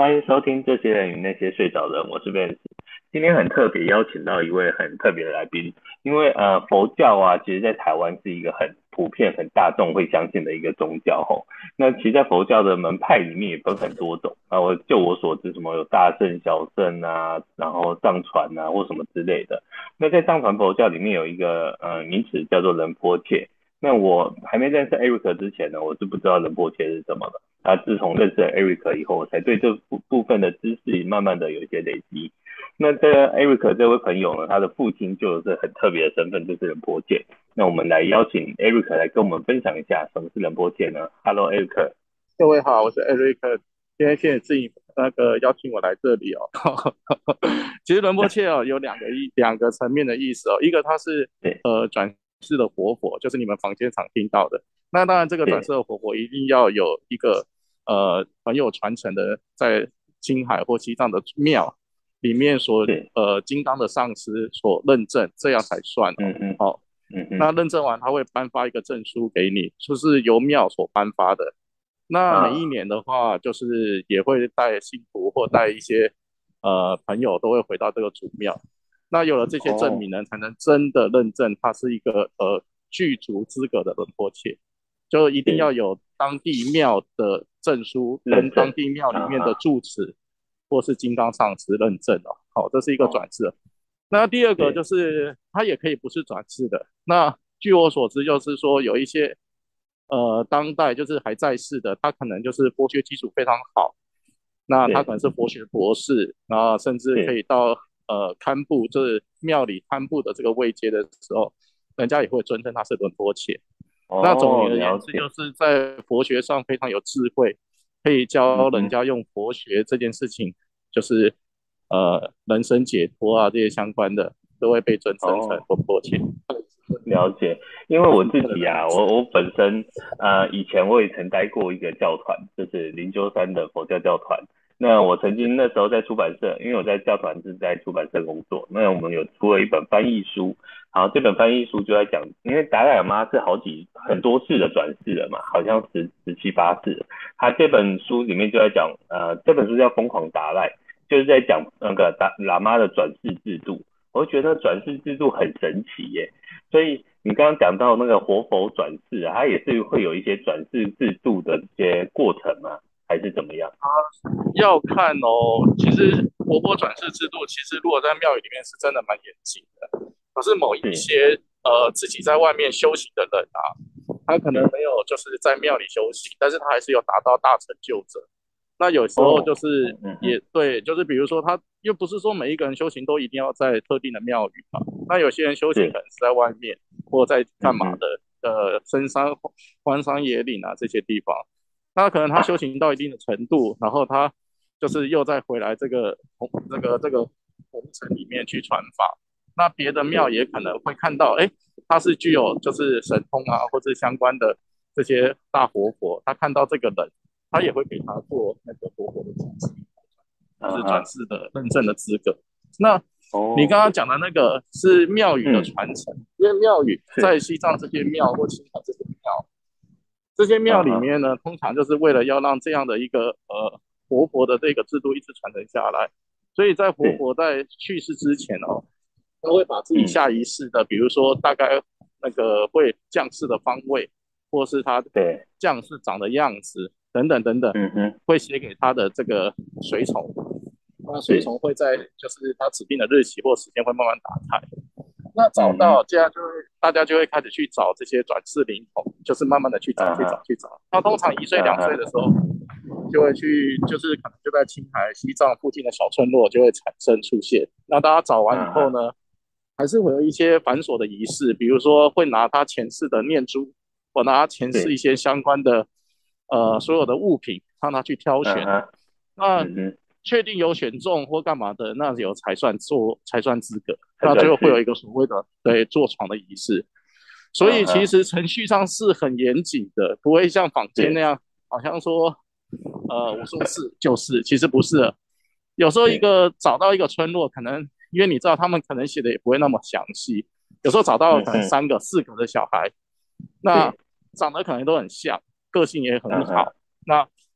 欢迎收听《这些人与那些睡着的人》，我是 Vance。今天很特别，邀请到一位很特别的来宾，因为佛教啊，其实在台湾是一个很普遍、很大众会相信的一个宗教吼。那其实，在佛教的门派里面也分很多种啊。就我所知，什么有大乘、小乘啊，然后藏传啊，或什么之类的。那在藏传佛教里面有一个名词叫做仁波切。那我还没认识 Eric 之前呢，我是不知道仁波切是什么的。自从认识了 Eric 以后，我才对这部分的知识慢慢的有一些累积。那这个 Eric 这位朋友呢，他的父亲就是很特别的身份，就是仁波切。那我们来邀请 Eric 来跟我们分享一下什么是仁波切呢？Hello Eric。 各位好，我是 Eric。今天谢谢自己邀请我来这里哦。其实仁波切哦有两个层面的意思哦，一个它是对转世的活佛，就是你们房间常听到的。那当然这个转世对的活佛一定要有一个很有传承的，在青海或西藏的庙里面对， 金刚的上师所认证，这样才算哦。 嗯嗯好、 嗯嗯那认证完他会颁发一个证书给你，就是由庙所颁发的。那每一啊年的话，就是也会带信徒或带一些朋友都会回到这个祖庙。那有了这些证哦明呢，才能真的认证它是一个具足资格的仁波切，就一定要对有当地庙的证书跟认证当地庙里面的啊哈住持或是金刚上师认证哦。好，这是一个哦转世。那第二个就对是它也可以不是转世的。那据我所知，就是说有一些当代就是还在世的，他可能就是佛学基础非常好，那他可对能是佛学博士，然后甚至可对以到堪布，就是庙里堪布的这个位阶的时候，人家也会尊称他是伦波切。那总哦而言之，就了解是在佛学上非常有智慧，可以教人嗯哼家用佛学这件事情，就是人生解脱啊这些相关的，都会被尊称成哦。 伦波切。 了解，因为我自的己啊， 的意思。 我本身以前我也曾待过一个教团，就是灵鹫山的佛教教团。那我曾经那时候在出版社，因为我在教团是在出版社工作，那我们有出了一本翻译书，然后这本翻译书就在讲，因为达赖喇嘛是很多次的转世了嘛，好像17、18次了。他这本书里面就在讲，这本书叫《疯狂达赖》，就是在讲那个喇嘛的转世制度。我就觉得转世制度很神奇耶。所以你刚刚讲到那个活佛转世啊，它也是会有一些转世制度的一些过程吗？还是怎么样？ 要看哦，其实活泼转世制度，其实如果在庙宇里面是真的蛮严谨的。可是某一是些自己在外面修行的人啊，他可能是没有就是在庙里修行，但是他还是有达到大成就者。那有时候就哦， 是嗯嗯嗯也对，就是比如说他又不是说每一个人修行都一定要在特定的庙宇嘛，那有些人修行可是能是在外面或在干嗯嗯嘛的，深山荒山野岭啊这些地方。那可能他修行到一定的程度，然后他就是又再回来这个红尘里面去传法。那别的庙是也可能会看到，哎，他是具有就是神通啊，或者相关的这些大活佛，他看到这个人，他也会给他做那个活佛的主持，就是转啊哈世的认证的资格。那你刚哦刚讲的那个是庙宇的嗯传承，因为庙宇在是西藏这些庙或青海这些庙，这些庙啊哈里面呢，通常就是为了要让这样的一个活佛的这个制度一直传承下来，所以在活是佛在去世之前哦，他会把自己嗯下一世的，比如说大概那个会降世的方位，或是他对降世长的样子等等等等， 嗯哼会写给他的这个随从。那随是从会在就是他指定的日期或时间会慢慢打开。那找嗯哼到，这样就会大家就会开始去找这些转世灵童，就是慢慢的去找、去找、 啊哈去找。那通常1岁、2岁的啊哈时候，就会去，就是可能就在青海、西藏附近的小村落就会产生出现。那大家找完以啊哈后呢，还是会有一些繁琐的仪式，比如说会拿他前世的念珠，或拿他前世一是些相关的所有的物品，让他去挑选。 啊哈那嗯哼确定有选中或干嘛的，那有才算资格。 才那最后会有一转世个所谓的对坐床的仪式。所以其啊哈实程序上是很严谨的，不会像坊间那是样，好像说我说是就是，其实不是的。有时候是找到一个村落，可能因为你知道他们可能写的也不会那么详细，有时候找到可能嗯哼 3个4个的小孩，那是长得可能都很像，个性也很啊哈好。那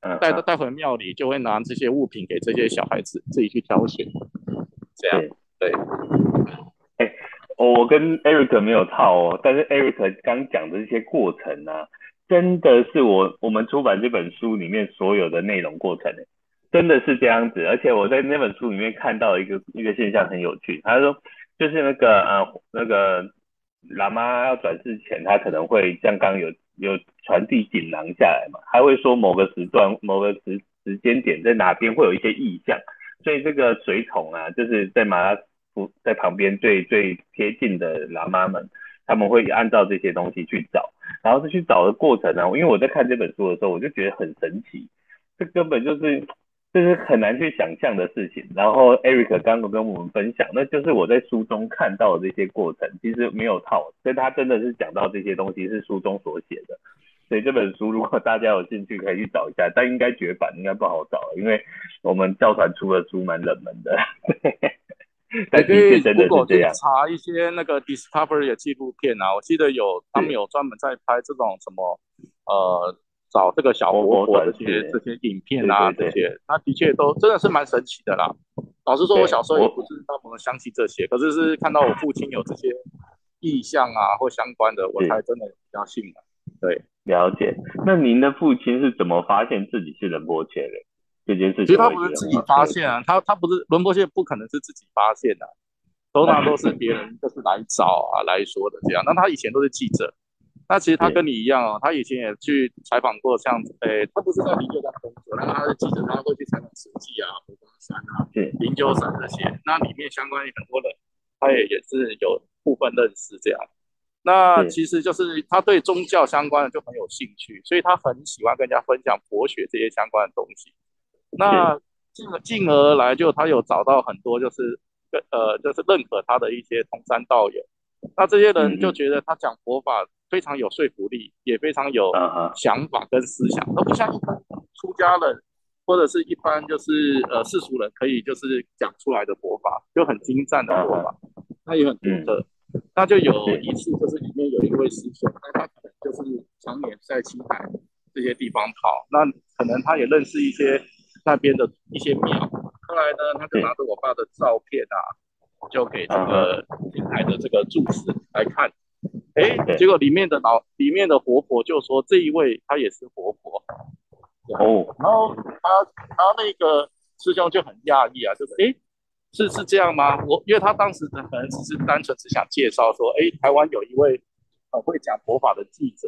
带回庙里，就会拿这些物品给这些小孩子自己去挑选，这样。对。 哎，我跟 Eric 没有套哦，但是 Eric 刚讲的这些过程啊，真的是我们出版这本书里面所有的内容过程，真的是这样子。而且我在那本书里面看到一个现象很有趣，他说就是那个喇嘛要转世前，他可能会像刚刚有传递锦囊下来嘛，他会说某个时段某个时间点在哪边会有一些异象，所以这个水桶啊，就是在马拉在旁边最贴近的喇嘛们，他们会按照这些东西去找，然后去找的过程呢、因为我在看这本书的时候，我就觉得很神奇，这根本就是很难去想象的事情。然后 Eric 刚刚跟我们分享，那就是我在书中看到的这些过程，其实没有套，所以他真的是讲到这些东西是书中所写的。所以这本书如果大家有兴趣可以去找一下，但应该绝版，应该不好找，因为我们教团出的书蛮冷门的。但可以的确真的是 Google 去这样。 查一些那个 Discovery 的纪录片啊，我记得他们有专门在拍这种什么找这个小活佛这些影片啊， 对对对这些那的确都真的是蛮神奇的啦。老实说，我对， 小时候也不是那么相信这些，可是看到我父亲有这些意象啊或相关的，我才真的比较信了。对， 了解。那您的父亲是怎么发现自己是仁波切的？这件事其实他情我也不是自己觉得很好发现啊，他不是伦勃谢不可能是自己发现的、通常都是别人就是来找啊来说的这样。那他以前都是记者，那其实他跟你一样哦，他以前也去采访过像，他不是在灵鹫山工作，那他是记者，他会去采访实际啊、佛光山啊、灵鹫山这些，那里面相关很多人，他也是有部分认识这样。那其实就是他对宗教相关的就很有兴趣，所以他很喜欢跟人家分享佛学这些相关的东西。那进而来就他有找到很多就是认可他的一些同山道友，那这些人就觉得他讲佛法非常有说服力，也非常有想法跟思想，都不像一般出家人或者是一般就是世俗人可以就是讲出来的佛法，就很精湛的佛法，那也很独特。那就有一次就是里面有一位师兄，那他可能就是常年在青海这些地方跑，那可能他也认识一些那边的一些庙。后来呢，他就拿着我爸的照片啊，就给这个青海的这个住持来看。结果里面的活佛就说这一位他也是活佛。然后他那个师兄就很讶异啊，就是是这样吗？因为他当时可能只是单纯只想介绍说，台湾有一位很会讲佛法的记者，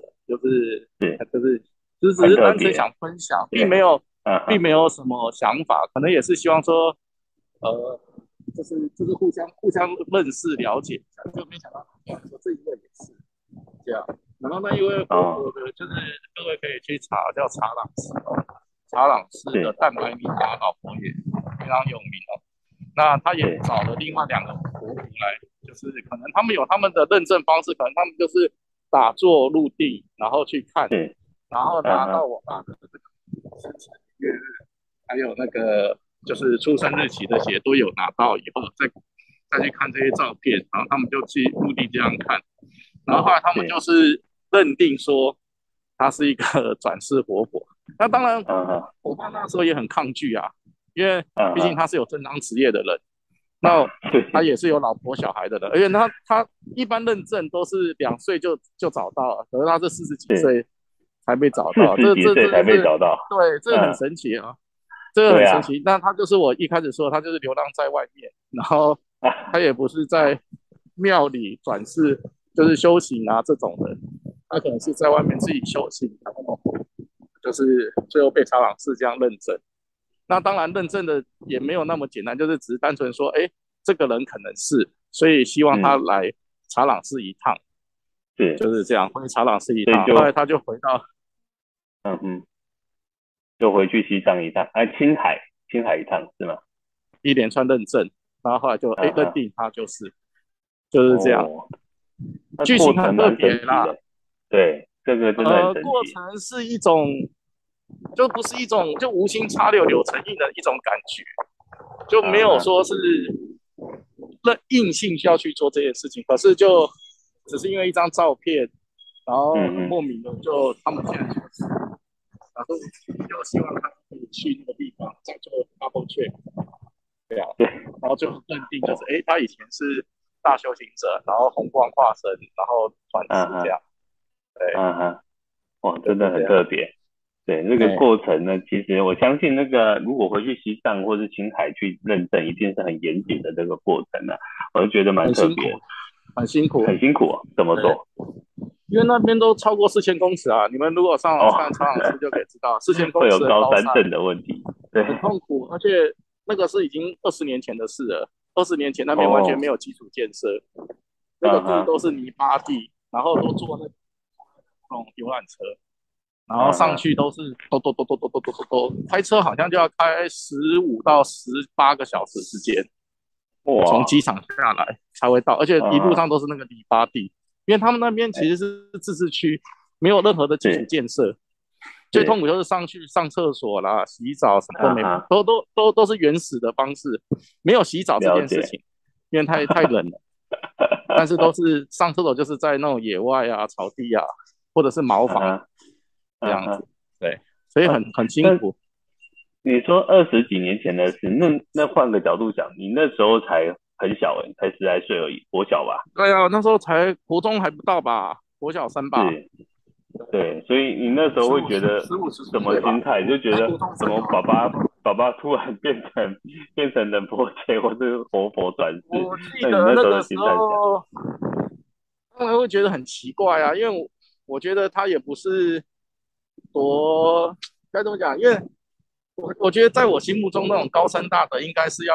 只是单纯想分享，并没有什么想法，可能也是希望说，就是互相认识了解，就没想到说这一位也是这样。然后那一位活佛的，就是各位可以去查，叫查朗士查朗士的蛋白米加老佛爷非常有名哦。那他也找了另外2个活佛来，就是可能他们有他们的认证方式，可能他们就是打坐入定，然后去看，然后拿到我爸的这个生辰月日，还有那个就是出生日期这些都有拿到以后，再去看这些照片，然后他们就去入定这样看，然后后来他们就是认定说他是一个转世活佛。那当然，我爸那时候也很抗拒啊。因为毕竟他是有正当职业的人，那他也是有老婆小孩的人，而且他一般认证都是2岁就找到了，可是他是40几岁才被找到， 这才被找到， 对，这个很神奇啊，这个很神奇。那他就是我一开始说，他就是流浪在外面，然后他也不是在庙里转世，就是修行啊这种的，他可能是在外面自己修行，然后就是最后被查朗士这样认证。那当然，认证的也没有那么简单，就是只是单纯说，这个人可能是，所以希望他来查朗士一趟，就是这样，回查朗士一趟。后来他就回到， 就回去西藏一趟，青海一趟是吗？ 一连串认证，然后后来就认定他就是这样。剧情很特别啦， 对，这个真的很神奇。 过程是一种。就不是一种就无心插柳柳成荫的一种感觉，就没有说是硬性需要去做这件事情，可是就只是因为一张照片，然后很莫名的就他们现在就是然后又希望他可以去那个地方再做 double check，对啊， 对， 然后就认定就是，他以前是大修行者，然后红光化身，然后转世这样，对， 哇，真的很就是这样， 特别。对，那个过程呢，其实我相信那个如果回去西藏或是青海去认证，一定是很严谨的这个过程啊，我就觉得蛮很辛苦， 特别的。 很辛苦， 很辛苦哦，怎么对， 说？ 因为那边都超过4000公尺啊，你们如果上网哦， 看超想师就可以知道，4000公会有尺的高山高山症的问题。对， 很痛苦，而且那个是已经20年前的事了。20年前那边完全哦， 没有基础建设，那个嗯哼， 地都是泥巴地，然后都坐那种游览车，然后嗯哼， 上去都是都，开车好像就要开15到18个小时之间，从哇， 机场下来才会到，而且一路嗯哼， 上都是那个泥巴地，因为他们那边其实是自治区，没有任何的基础是建设，最痛是， 苦就是上去上厕所啦、洗澡什么都没， 嗯哼， 都是原始的方式，没有洗澡这了解， 件事情，因为太冷了。但是都是上厕所就是在那种野外啊、草地啊，或者是茅房嗯哼， 这样子， 嗯哼， 对，所以那很辛那苦。 你说20几年前的事，那换个角度讲，你那时候才很小诶，才10来岁而已，国小吧？ 对啊，那时候才国中还不到吧，国小生吧， 是，对，所以你那时候十五会觉得十四什么岁吧， 心态？就觉得国中怎么生吧。 爸爸突然变成仁波切或是活佛转世？ 我记那你得那个时那时候的心态是这样？ 候，他们会觉得很奇怪啊，因为我觉得他也不是多该怎么讲，因为我觉得在我心目中那种高深大德应该是要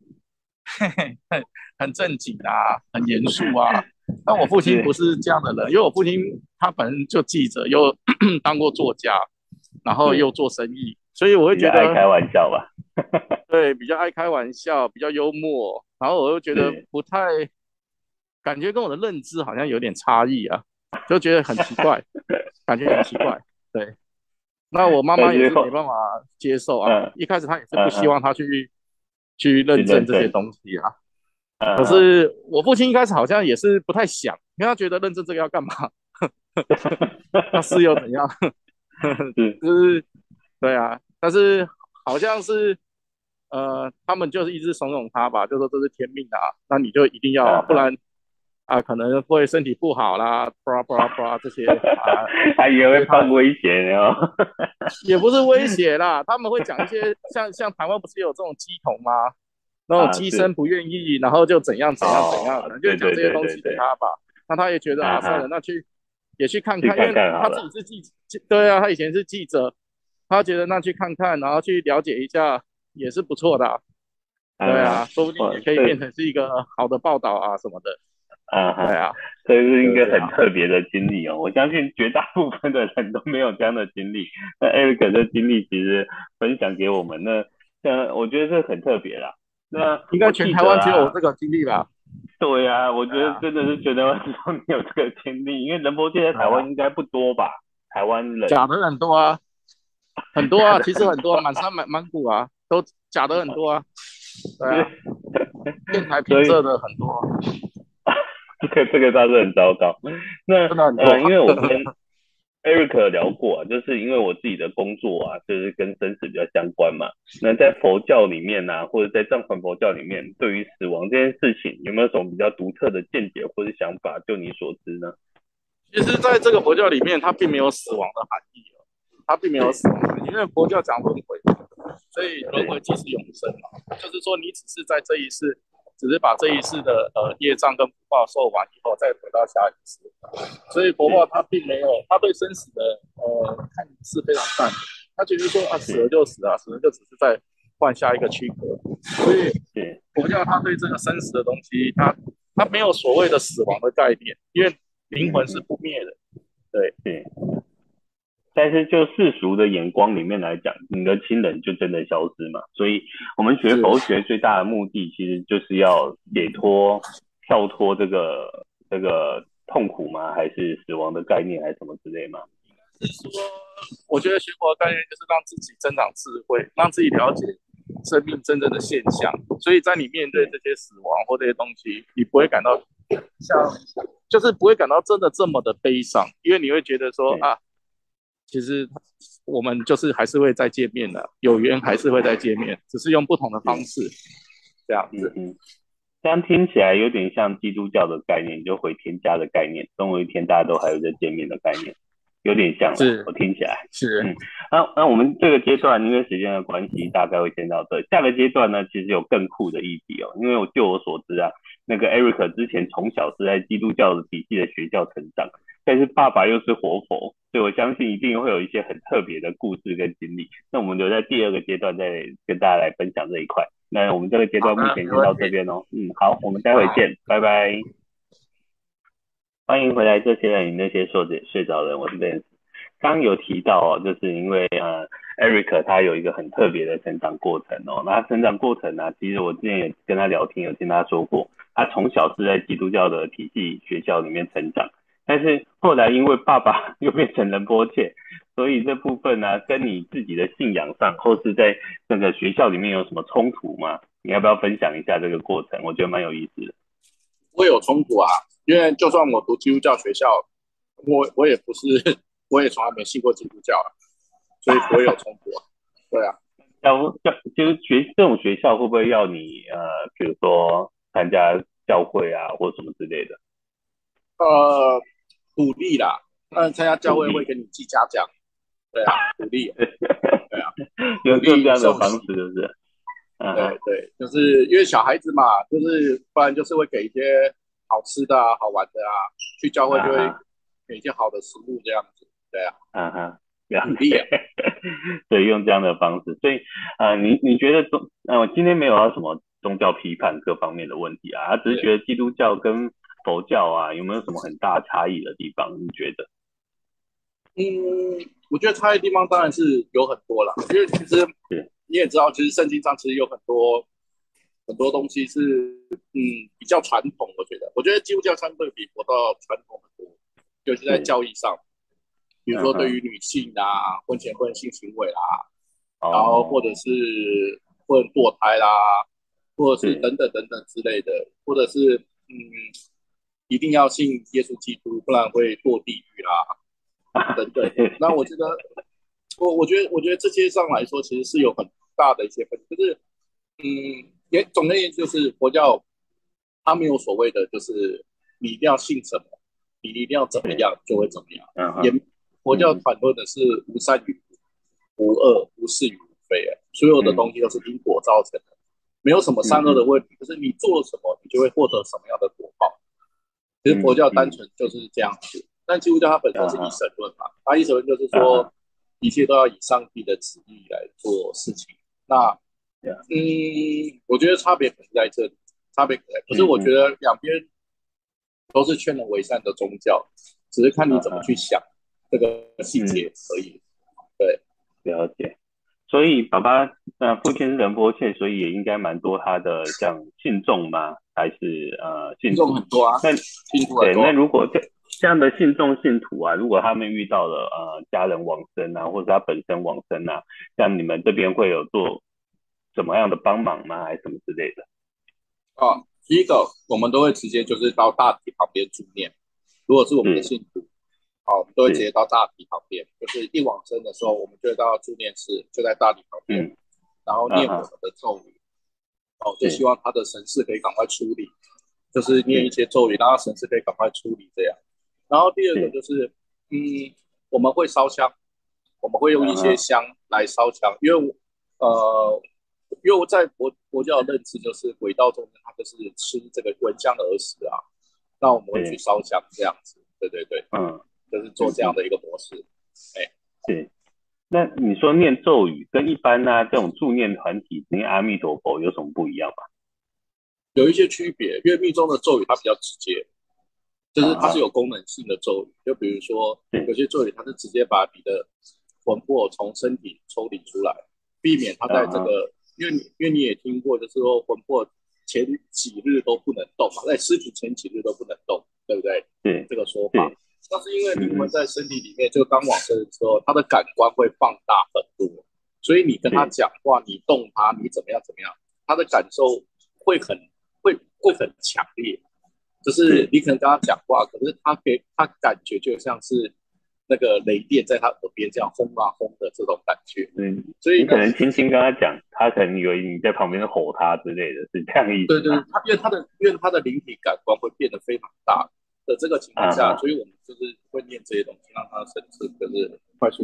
很正经啊，很严肃啊。但我父亲不是是这样的人，因为我父亲他本身就记者，又当过作家，然后又是， 做生意，所以我会比较觉得爱开玩笑吧？ 对比较爱开玩笑，比较幽默，然后我又觉得是， 不太感觉跟我的认知好像有点差异啊，就觉得很奇怪，感觉很奇怪。对，那我妈妈也但是后， 是没办法接受啊， 嗯一开始她也是不嗯嗯， 希望她去去认证这些认证， 东西啊。可嗯嗯， 是我父亲一开始好像也是不太想，因为他觉得认证这个要干嘛？那是又怎样？ 是， 就是对啊，但是好像是他们就是一直怂恿他吧，就说这是天命啊，那你就一定要啊，不嗯嗯， 然啊可能会身体不好啦，布拉布拉布拉这些啊， 还以为会所以他放威胁呢哦。 也不是威胁啦，他们会讲一些像台湾不是有这种鸡童吗？那种啊，是， 鸡生不愿意，然后就怎样怎样怎样，可哦， 能就对对讲这些东对对对， 西给他吧。那他也觉得啊，算了， 嗯哼， 那也去看看，因去看为他自己看好了， 是对啊，他以前是记者，他觉得那去看看，然后去了解一下也是不错的啊对嗯， 啊，说不定哇， 也可以变成是一个好的报道啊什么的。 嗯哼， 对啊， 这是一个很就是这样。 特别的经历哦。我相信绝大部分的人都没有这样的经历。那 Eric 的经历其实分享给我们，那我觉得这很特别啦。那我应该全台记得啊， 湾只有我这个经历吧？ 对呀，我觉对啊， 得真的是觉得知道你有这个经历，因为仁波切在台湾对啊， 应该不多吧？台湾人假的很多啊，很多啊，其实很多，满山满谷啊，都假的很多啊。对啊， 是， 骗财骗所以色的很多， 这个倒是很糟糕。那真的很多。 因为我跟 Eric 聊过啊，就是因为我自己的工作啊，就是跟生死比较相关嘛。那在佛教里面呢、或者在藏传佛教里面，对于死亡这件事情，有没有什么比较独特的见解或者想法？就你所知呢？ 其实，在这个佛教里面，它并没有死亡的含义哦，它并没有是死亡的含义，因为佛教讲轮回，所以轮回是即是永生嘛，就是说你只是在这一世，只是把这一世的业障跟福报受完以后，再回到下一世。所以佛教是它并没有，它对生死的看是非常淡的，他觉得说啊死了是就死了，死了就只是在换下一个躯壳，所以是佛教它对这个生死的东西，它没有所谓的死亡的概念，因为灵魂是嗯嗯不灭的。对， 是。但是就世俗的眼光里面来讲，你的亲人就真的消失嘛？所以我们学佛是学最大的目的，其实就是要解脱、跳脱这个痛苦吗？还是死亡的概念，还是什么之类吗？ 是说，我觉得学佛的概念就是让自己增长智慧，让自己了解生命真正的现象。所以在你面对是这些死亡或这些东西，你不会感到像，就是不会感到真的这么的悲伤，因为你会觉得说是啊， 其实我们就是还是会再见面的，有缘还是会再见面，只是用不同的方式这样子。 这样听起来有点像基督教的概念，就回天家的概念，总有一天大家都还会再见面的概念，有点像了。我听起来， 是。 那我们这个阶段因为时间的关系，大概会先到这。下个阶段呢，其实有更酷的议题哦，因为就我所知啊，那个 Eric 之前从小是在基督教的体系的学校成长，但是爸爸又是活佛，所以我相信一定会有一些很特别的故事跟经历。那我们留在第二个阶段再跟大家来分享这一块。那我们这个阶段目前先到这边哦。好，我们待会见，拜拜。欢迎回来，这些人与那些睡着人，我是 Vance。刚刚有提到哦，就是因为Eric 他有一个很特别的成长过程哦。那成长过程呢，其实我之前也跟他聊天，有听他说过，他从小是在基督教的体系学校里面成长，但是后来因为爸爸又变成仁波切，所以这部分呢，跟你自己的信仰上，或是在那个学校里面有什么冲突吗？你要不要分享一下这个过程？我觉得蛮有意思的。 会有冲突啊，因为就算我读基督教学校，我也不是，我也从来没信过基督教啊，所以不会有冲突啊。对啊， 就是这种学校会不会要你比如说参加教会啊，或什么之类的？ 鼓励啦，但参加教会会给你记嘉奖。对啊，鼓励。对啊， 用这样的方式，是不是？ 对对，就是因为小孩子嘛，就是不然就是会给一些好吃的啊、好玩的啊，去教会就会给一些好的食物这样子。对啊，鼓励啊。 对，用这样的方式，所以你觉得我今天没有要什么宗教批判各方面的问题啊，只是觉得基督教跟佛教啊有没有什么很大差异的地方？你觉得？ 我觉得差异的地方当然是有很多啦，因为其实你也知道，其实圣经上其实有很多东西是比较传统。我觉得基督教相对比佛教传统很多，尤其在教义上，比如说对于女性啊、婚前婚性行为啦，然后或者是不能堕胎啦，或者是等等等等之类的，或者是一定要信耶稣基督，不然会堕地狱啦，等等。那我觉得，我觉得这些上来说，其实是有很大的一些分，就是总而言之，就是佛教它没有所谓的，就是你一定要信什么，你一定要怎么样就会怎么样。也佛教谈论的是无善与无恶，无是与无非，所有的东西都是因果造成的，没有什么善恶的问题，就是你做了什么，你就会获得什么样的果报。其实佛教单纯就是这样子，但基督教它本身是一神论嘛，它一神论就是说一切都要以上帝的旨意来做事情。那我觉得差别可能在这里，可是我觉得两边都是劝人为善的宗教，只是看你怎么去想这个细节而已。对， 了解。所以爸爸父亲是仁波切，所以也应该蛮多他的像信众吗？还是信众很多啊？ 对，那如果这样的信徒啊，如果他们遇到了家人往生啊，或者他本身往生啊，像你们这边会有做什么样的帮忙吗？还是什么之类的？ 第一个我们都会直接就是到大体旁边助念。如果是我们的信徒，我们都会直接到大体旁边，就是一往生的时候，我们就会到助念室，就在大体旁边，然后念我们的咒语，就希望他的神识可以赶快处理，就是念一些咒语，让他神识可以赶快处理这样。然后第二个就是，我们会烧香，我们会用一些香来烧香，因为我在佛教的认知就是鬼道中他就是吃这个闻香而死啊，那我们会去烧香这样子，对，就是做这样的一个模式。 对，那你说念咒语跟一般这种助念团体念阿弥陀佛有什么不一样吗？ 有一些区别，因为密宗的咒语它比较直接，就是它是有功能性的咒语，就比如说有些咒语它是直接把你的魂魄从身体抽离出来，避免它在这个，因为你也听过，就是说魂魄前几日都不能动嘛，在尸体前几日都不能动，对不对？这个说法。那是因为灵魂在身体里面，就刚往生的时候，它的感官会放大很多，所以你跟他讲话，你动他，你怎么样，他的感受会很强烈。就是你可能跟他讲话，可是他感觉就像是那个雷电在他耳边这样轰啊轰的这种感觉。所以你可能轻轻跟他讲，他可能以为你在旁边吼他之类的，是这样意对对， 思吗？ 因为他的灵体感官会变得非常大的这个情况下， 啊所以我们就是会念这些东西，让他的神智就是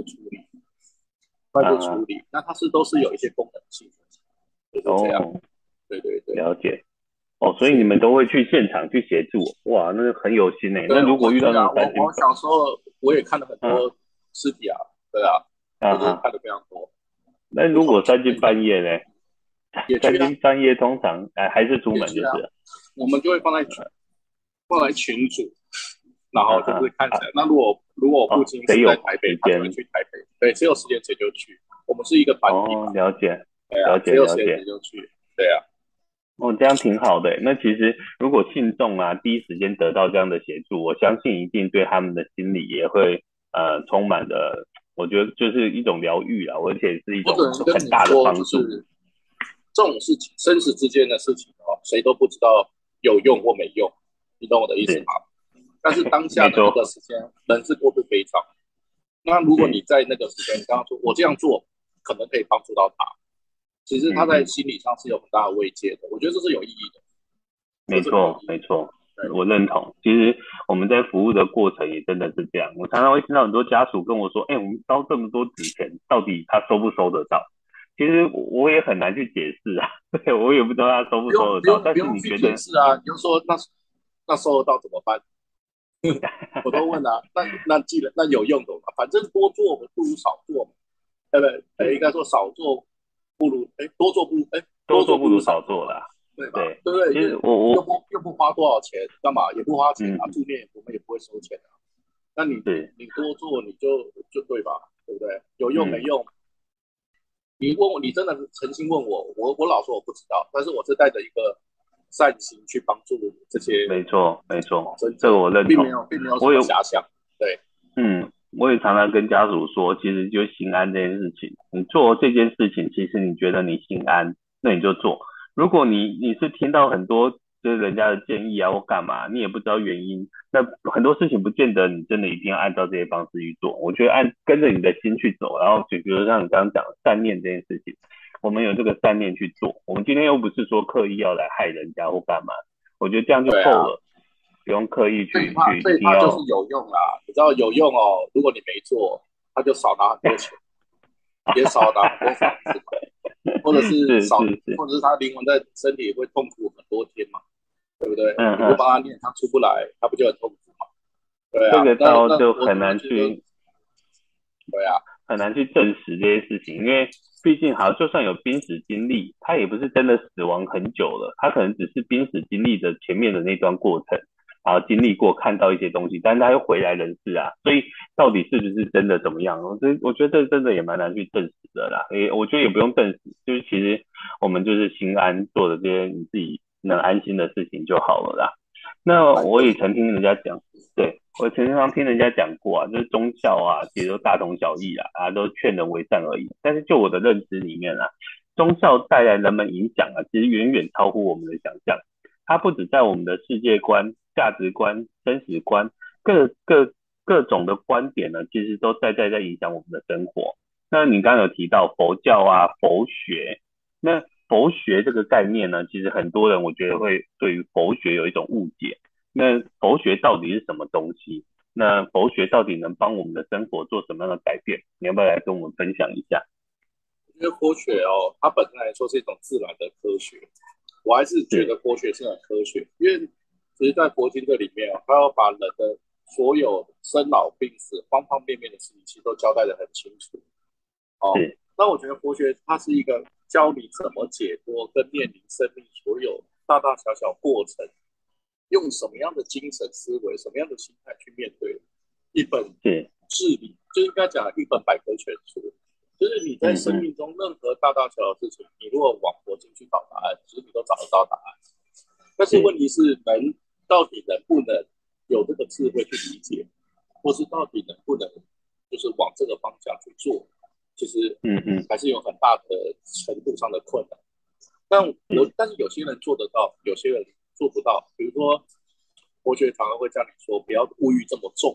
快速处理。那它都是有一些功能性的，就是这样。 哦， 对对对， 了解。哦，所以你是。 们都会去现场去协助，哇，那个很有心诶。那对，我如果遇到那会去啊。 种三更半， 我小时候我也看了很嗯多尸体啊，对啊，我就是哈， 看的非常多， 那如不同果三更种类的半夜呢？ 也去啊， 三更半夜通常还是出也去啊。 门就是了， 我们就会放在群组，然后就是看起啊来。那如果我父哦， 亲谁有是在台北，他就会时间？ 去台北。对，谁有时间谁就去。我们是一个团体哦， 嘛， 了解对啊， 了解谁有时间谁了解。 就去。对啊， 哦，这样挺好的。那其实如果信众啊第一时间得到这样的协助，我相信一定对他们的心理也会充满了，我觉得就是一种疗愈啊，而且是一种我只能跟很大的你说，就帮助。 是这种事情，生死之间的事情哦，谁都不知道有用或没用，你懂我的意思是， 吗？但是当下的那个没错， 时间，人是过度悲伤。那如果你是， 在那个时间，你刚刚说我这样做可能可以帮助到他，其实他在嗯嗯， 心理上是有很大的慰藉的。我觉得这是有意义的，这是很有没错意义的。 没错， 对， 我认同。其实我们在服务的过程也真的是这样，我常常会听到很多家属跟我说，哎，我们烧这么多纸钱，到底他收不收得到？其实我也很难去解释啊，对我也不知道他收不不用不收得到，但是用不用去你觉得？ 解释啊，你就说那收得到怎么办？我都问啊，那既然那有用的嘛，反正多做不如少做嘛，对不对？应是该说少做不如多做不如多做不如多做不如少做嘛， 少做啦。 对吧？ 对， 对不对？ 其因为实我又不花多少钱，干嘛也不花钱啊， 嗯助念我们也不会收钱啊。那你你是你多做你就对吧？对不对？有用没嗯用？你问我，你真的诚心问我，我老说我不知道，但是我是带着一个善心去帮助这些没错没错， 往生这个者，并没我认同。 有并没有什我有么遐想。对， 我也常常跟家属说，其实就心安这件事情，你做这件事情，其实你觉得你心安，那你就做。如果你是听到很多就是人家的建议啊或干嘛，你也不知道原因，那很多事情不见得你真的一定要按照这些方式去做。我觉得跟着你的心去走，然后就比如像你刚刚讲的善念这件事情，我们有这个善念去做。我们今天又不是说刻意要来害人家或干嘛，我觉得这样就对啊， 够了，不用刻意最怕一最怕就是定要。 有用啦，你知道有用哦，如果你没做，他就少拿很多钱，也少拿很多房子嘛，或者是是是是， 或者是他灵魂在身体会痛苦很多天嘛，对不对？你不嗯哼， 帮他念，他出不来，他不就很痛苦嘛？对啊， 这个那那倒就很我就会觉得， 难去对啊， 证实这些事情，因为毕竟好，就算有濒死经历，他也不是真的死亡很久了，他可能只是濒死经历的前面的那段过程，然后经历过看到一些东西，但是他又回来人世啊，所以到底是不是真的怎么样？我觉得这真的也蛮难去证实的啦，我觉得也不用证实，就是其实我们就是心安做的这些你自己能安心的事情就好了啦。那反正我也曾听人家讲，对，我曾经常听人家讲过啊，就是宗教啊，其实都大同小异啊，都劝人为善而已。但是就我的认知里面啊，宗教带来人们影响啊，其实远远超乎我们的想象。它不止在我们的世界观、价值观、生死观各种的观点呢，其实都在影响我们的生活。那你刚刚有提到佛教啊、佛学，那佛学这个概念呢，其实很多人我觉得会对于佛学有一种误解。那佛学到底是什么东西？那佛学到底能帮我们的生活做什么样的改变？你要不要来跟我们分享一下？ 因为科学哦，它本身来说是一种自然的科学，我还是觉得是科学是很科学，因为其实，在佛经这里面哦，它要把人的所有生老病死方方面面的事情，其实都交代的很清楚哦。 是， 那我觉得佛学它是一个教你怎么解脱跟面临生命所有大大小小过程，用什么样的精神思维、什么样的心态去面对一本是， 治理，就应该讲一本百科全书。就是你在嗯嗯生命中任何大大小小的事情，你如果往佛经去找答案，其实你都找得到答案。但是问是， 题是，人到底能不能有这个智慧去理解，或是到底能不能就是往这个方向去做，其实嗯嗯还是有很大的程度上的困难。 是， 但是有些人做得到，有些人做不到。比如说，佛学常常会叫你说，不要物欲这么重。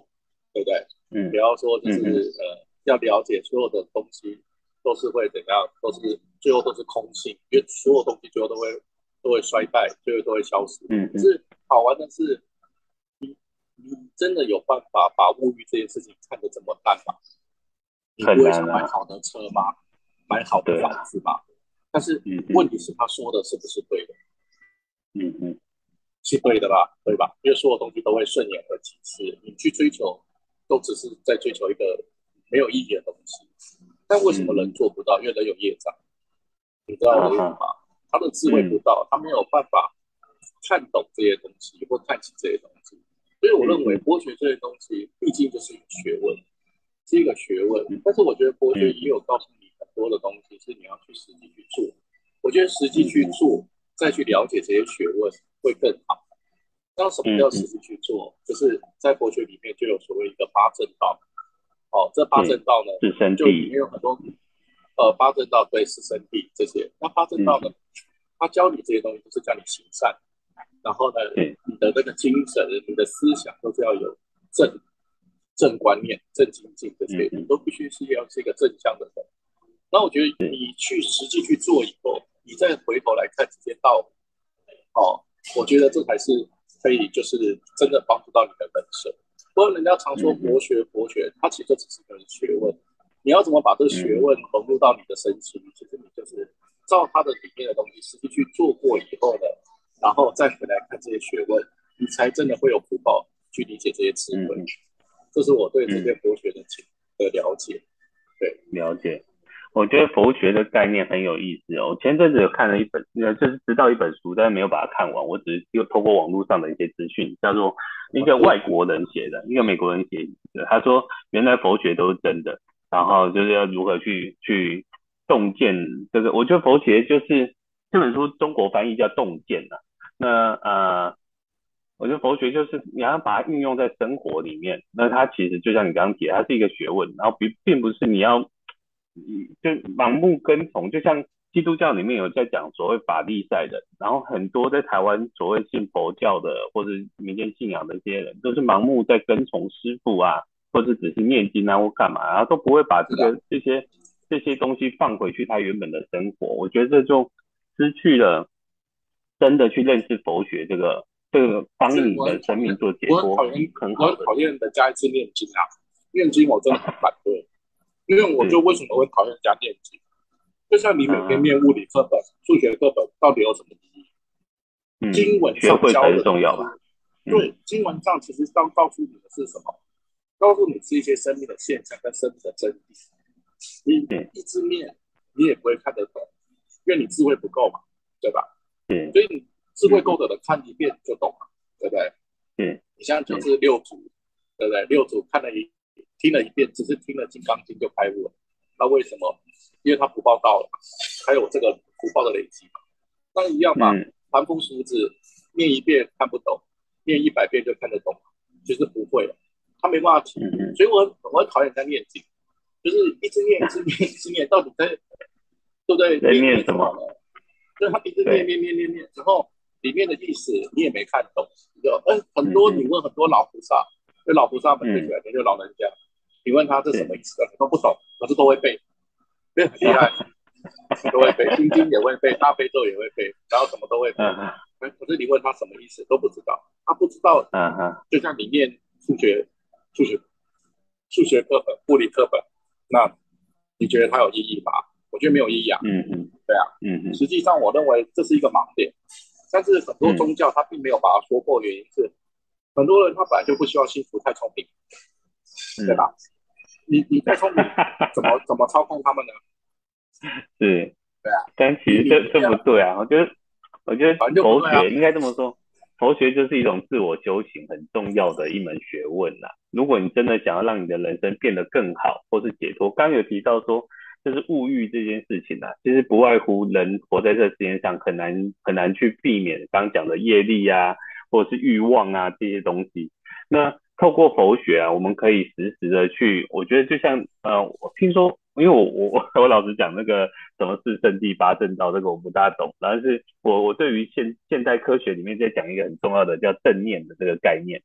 对不对？不嗯要说就是嗯嗯要了解所有的东西都是会怎样，都是最后都是空性，因为所有东西最后都会衰败，最后都会消失。 嗯嗯， 可是好玩的是，你真的有办法把物欲这件事情看得这么淡吗？你不会想买很难啊， 好的车吗？买好的对啊， 房子吗？但是嗯嗯问题是，他说的是不是对的？ 嗯嗯是对的吧？对吧？因为所有东西都会顺眼而其次，你去追求，都只是在追求一个没有意义的东西。但为什么人嗯嗯， 做不到？因为人有业障，你知道我的意思啊哈， 吗？他的智慧不嗯到，他没有办法看懂这些东西或看清这些东西。所以我认为嗯嗯博学这些东西毕竟就是一个学问，是一个学问。 嗯但是我觉得博学嗯也有告诉你很多的东西是你要去实际去做。我觉得实际嗯嗯去做，再去了解这些学问会更好。那什么嗯嗯， 叫实际去做？就是在博学里面就有所谓一个八正道。哦，这八正是道呢， 自身就里面地， 有很多八正道对四圣谛这些。那八正道呢， 嗯嗯他教你这些东西，就是叫你行善，然后呢， 是你的那个精神、你的思想都是要有正观念、正精进这些，你嗯嗯都必须是要是一个正向的人。那我觉得你去实际去做以后，你再回头来看这些道理，哦，我觉得这才是可以就是真的帮助到你的人生。不过人家常说嗯嗯博学，它其实就只是一个学问。你要怎么把这个学嗯问融入到你的身心？其实你就是照它的里面的东西实际去做过以后呢，然后再回来看这些学问，你才真的会有福报去理解这些智慧。 嗯嗯这是我对这些嗯， 博学的了解。对， 了解。我觉得佛学的概念很有意思哦。我前阵子有看了一本，就是知道一本书，但是没有把它看完。我只是又透过网络上的一些资讯，叫做一个外国人写的，一个美国人写的。他说，原来佛学都是真的，然后就是要如何去洞见这个。我觉得佛学就是这本书中国翻译叫洞见啊。那我觉得佛学就是你要把它运用在生活里面，那它其实就像你刚刚提的，它是一个学问，然后并不是你要就盲目跟从，就像基督教里面有在讲所谓法利赛人，然后很多在台湾所谓信佛教的或者民间信仰的这些人，都是盲目在跟从师傅啊，或者只是念经啊或干嘛，然后都不会把是的， 这些东西放回去他原本的生活，我觉得这就失去了真的去认识佛学这个帮所以你的生命做解脱很我很好的， 讨厌人家一直念经啊，念经我真的很反对，因为我就是， 为什么会讨厌人家念经？就像你每天嗯念物理课本、数学课本，到底有什么意义？经文学会才是上教的重要吧， 东西，对， 嗯经文上其实告诉你的是什么？告诉你是一些生命的现象跟生命的真理。你是一直念，你也不会看得懂，因为你智慧不够嘛，对吧？ 是， 所以你智慧嗯够的人看一遍就懂了，对不对？ 是你像就是， 是六祖，对不对？六祖听了一遍，只是听了《金刚经》就开悟了。那为什么？因为他福报到了，还有这个福报的累积嘛。那一样嘛， 嗯凡夫俗子念一遍看不懂，念100遍就看得懂，就是不会了，他没办法体悟。 嗯所以我很讨厌人家念经，就是一直念、一直念、一直念，到底在对不对？ 在念念什么？ 什么呢？就是他一直念对， 念念念念，然后里面的意思你也没看懂，就很嗯嗯多你问很多老菩萨，就老菩萨们最喜嗯欢的就老人家，你问他这什么是， 意思，都不懂，可是都会背，因为很厉害，都会背，心经也会背，大悲咒也会背，然后什么都会背。 嗯哼可是你问他什么意思都不知道，他不知道， 嗯哼就像你念数学、数学课本、物理课本，那你觉得它有意义吗？我觉得没有意义啊。 嗯嗯对啊， 嗯嗯实际上我认为这是一个盲点，但是很多嗯宗教它并没有把它说破，原因是很多人他本来就不希望幸福太聪明，对嗯， 吧？你太聪明，怎么操控他们呢？ 是， 对啊， 但其你实这你这样不对啊，我觉得反正就不对啊。 佛学应该这么说，佛学就是一种自我修行很重要的一门学问呐。如果你真的想要让你的人生变得更好，或是解脱，刚刚有提到说，就是物欲这件事情啊，其实不外乎人活在这世界上很难去避免刚刚讲的业力啊，或者是欲望啊这些东西。那透过佛学啊，我们可以实时的去，我觉得就像我听说，因为我老实讲，那个什么是圣地八正道，这个我不大懂，但是我对于现代科学里面在讲一个很重要的叫正念的这个概念，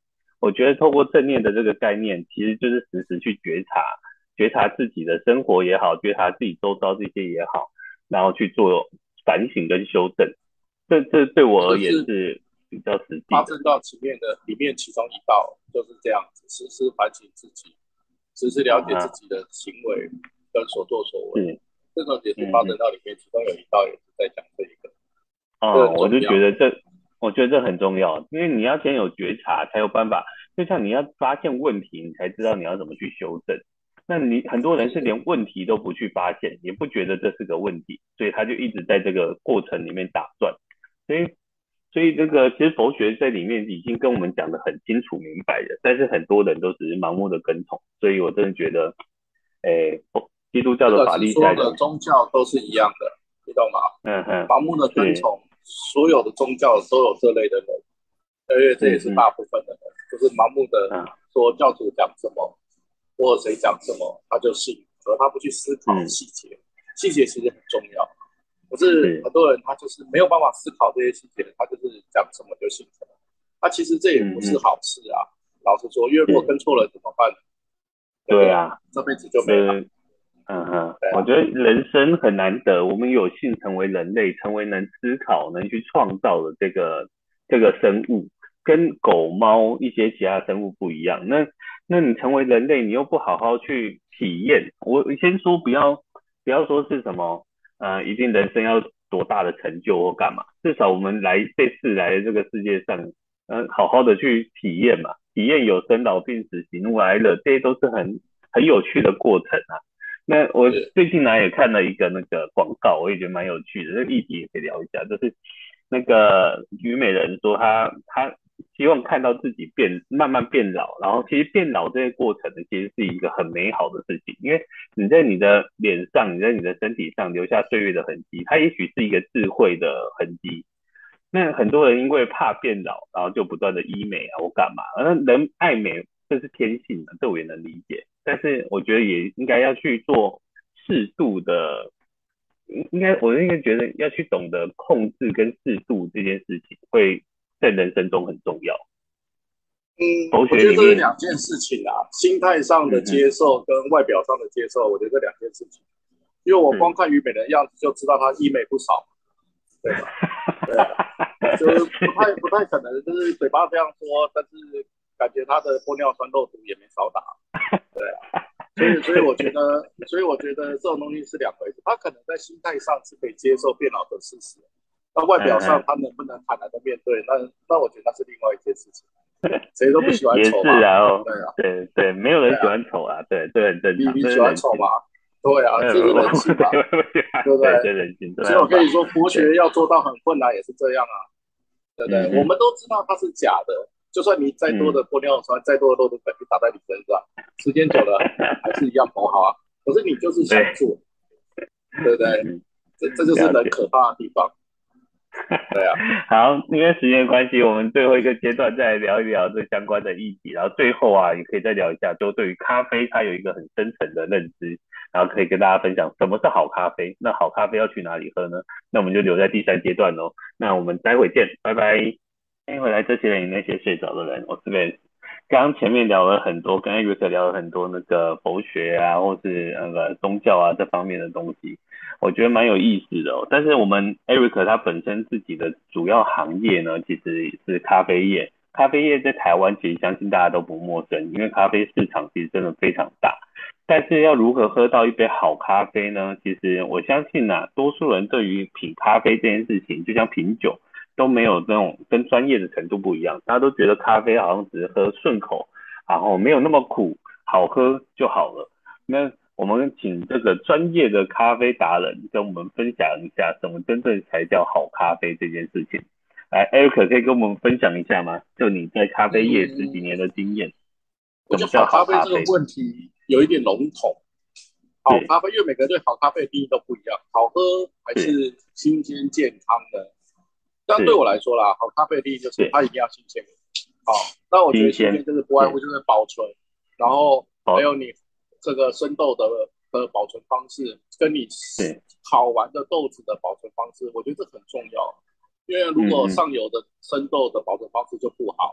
我觉得透过正念的这个概念，其实就是时时去觉察，觉察自己的生活也好，觉察自己周遭这些也好，然后去做反省跟修正。这对我而言是比较实际的。 发生到里面其中一道就是这样子，时时反省自己，时时了解自己的行为跟所作所为。这个也是发生到里面，其中有一道也是在讲这一个。 我就觉得我觉得这很重要，因为你要先有觉察，才有办法。就像你要发现问题，你才知道你要怎么去修正。那你很多人是连问题都不去发现，也不觉得这是个问题，所以他就一直在这个过程里面打转。所以这个其实佛学在里面已经跟我们讲得很清楚明白了，但是很多人都只是盲目的跟从。所以我真的觉得，基督教的法律所有的宗教都是一样的，你懂吗？盲目的跟从，所有的宗教都有这类的人，而且这也是大部分的人，就是盲目的说教主讲什么，或者谁讲什么他就信，而他不去思考细节，细节其实很重要。可是很多人他就是没有办法思考这些细节，他就是讲什么就信什么。那其实这也不是好事啊。老实说，因为如果跟错了怎么办？ 对啊， 这辈子就没了。 我觉得人生很难得，我们有幸成为人类，成为能思考、能去创造的这个生物，跟狗猫一些其他生物不一样。那你成为人类，你又不好好去体验，我先说不要说是什么一定人生要多大的成就或干嘛，至少我们这次来这个世界上，好好的去体验嘛，体验有生老病死、喜怒哀乐，这些都是很有趣的过程啊。那我最近呢也看了一个那个广告，我也觉得蛮有趣的，这个议题也可以聊一下，就是那个虞美人说她希望看到自己慢慢变老，然后其实变老这个过程呢，其实是一个很美好的事情，因为你在你的脸上，你在你的身体上留下岁月的痕迹，它也许是一个智慧的痕迹。那很多人因为怕变老，然后就不断的医美啊或干嘛，人爱美这是天性的，这我也能理解。但是我觉得也应该要去做适度的，我应该觉得要去懂得控制跟适度这件事情，会在人生中很重要。 我觉得这是两件事情啊，心态上的接受跟外表上的接受，我觉得这两件事情。因为我光看虞美人的样子就知道她医美不少，对吧？对，就是不太可能，就是嘴巴这样说，但是感觉她的玻尿酸肉毒也没少打，对啊。所以我觉得这种东西是两回事。他可能在心态上是可以接受变老的事实，那外表上他能不能坦然的面对，那我觉得那是另外一件事情。谁都不喜欢丑嘛， 也是啊，对，没有人喜欢丑啊，对，这很正常。 你喜欢丑吗？对啊，这是人性嘛，对不对？ 对，人性。 所以我跟你说，佛学要做到很困难也是这样啊，对不对？我们都知道它是假的。就算你再多的玻尿酸，再多的肉毒粉去打在你身上，时间久了还是一样不好啊。可是你就是想做，对不对？这就是人可怕的地方。对啊。 好，因为时间关系，我们最后一个阶段再来聊一聊这相关的议题，然后最后啊，也可以再聊一下，就对于咖啡它有一个很深层的认知，然后可以跟大家分享什么是好咖啡，那好咖啡要去哪里喝呢？那我们就留在第3阶段咯。那我们待会见，拜拜。欢迎回来，这些人与那些睡着的人，我是 Vance。刚刚前面聊了很多，跟 Eric 聊了很多那个佛学啊，或是那个宗教啊这方面的东西，我觉得蛮有意思的哦。但是我们 Eric 他本身自己的主要行业呢，其实是咖啡业。咖啡业在台湾其实相信大家都不陌生，因为咖啡市场其实真的非常大。但是要如何喝到一杯好咖啡呢？其实我相信啊，多数人对于品咖啡这件事情，就像品酒，都没有这种跟专业的程度不一样，大家都觉得咖啡好像只是喝顺口，然后没有那么苦，好喝就好了。那我们请这个专业的咖啡达人跟我们分享一下，什么真正才叫好咖啡这件事情。来 ，Eric 可以跟我们分享一下吗？就你在咖啡业10几年的经验。 我觉得好咖啡这个问题有一点笼统。好咖啡，因为每个人对好咖啡的定义都不一样，好喝还是新鲜健康的。但对我来说啦，好咖啡的定义就是它一定要新鲜。好，那我觉得新鲜就是不外乎就是保存，然后还有你这个生豆的保存方式，跟你烤完的豆子的保存方式，我觉得这很重要。因为如果上游的生豆的保存方式就不好，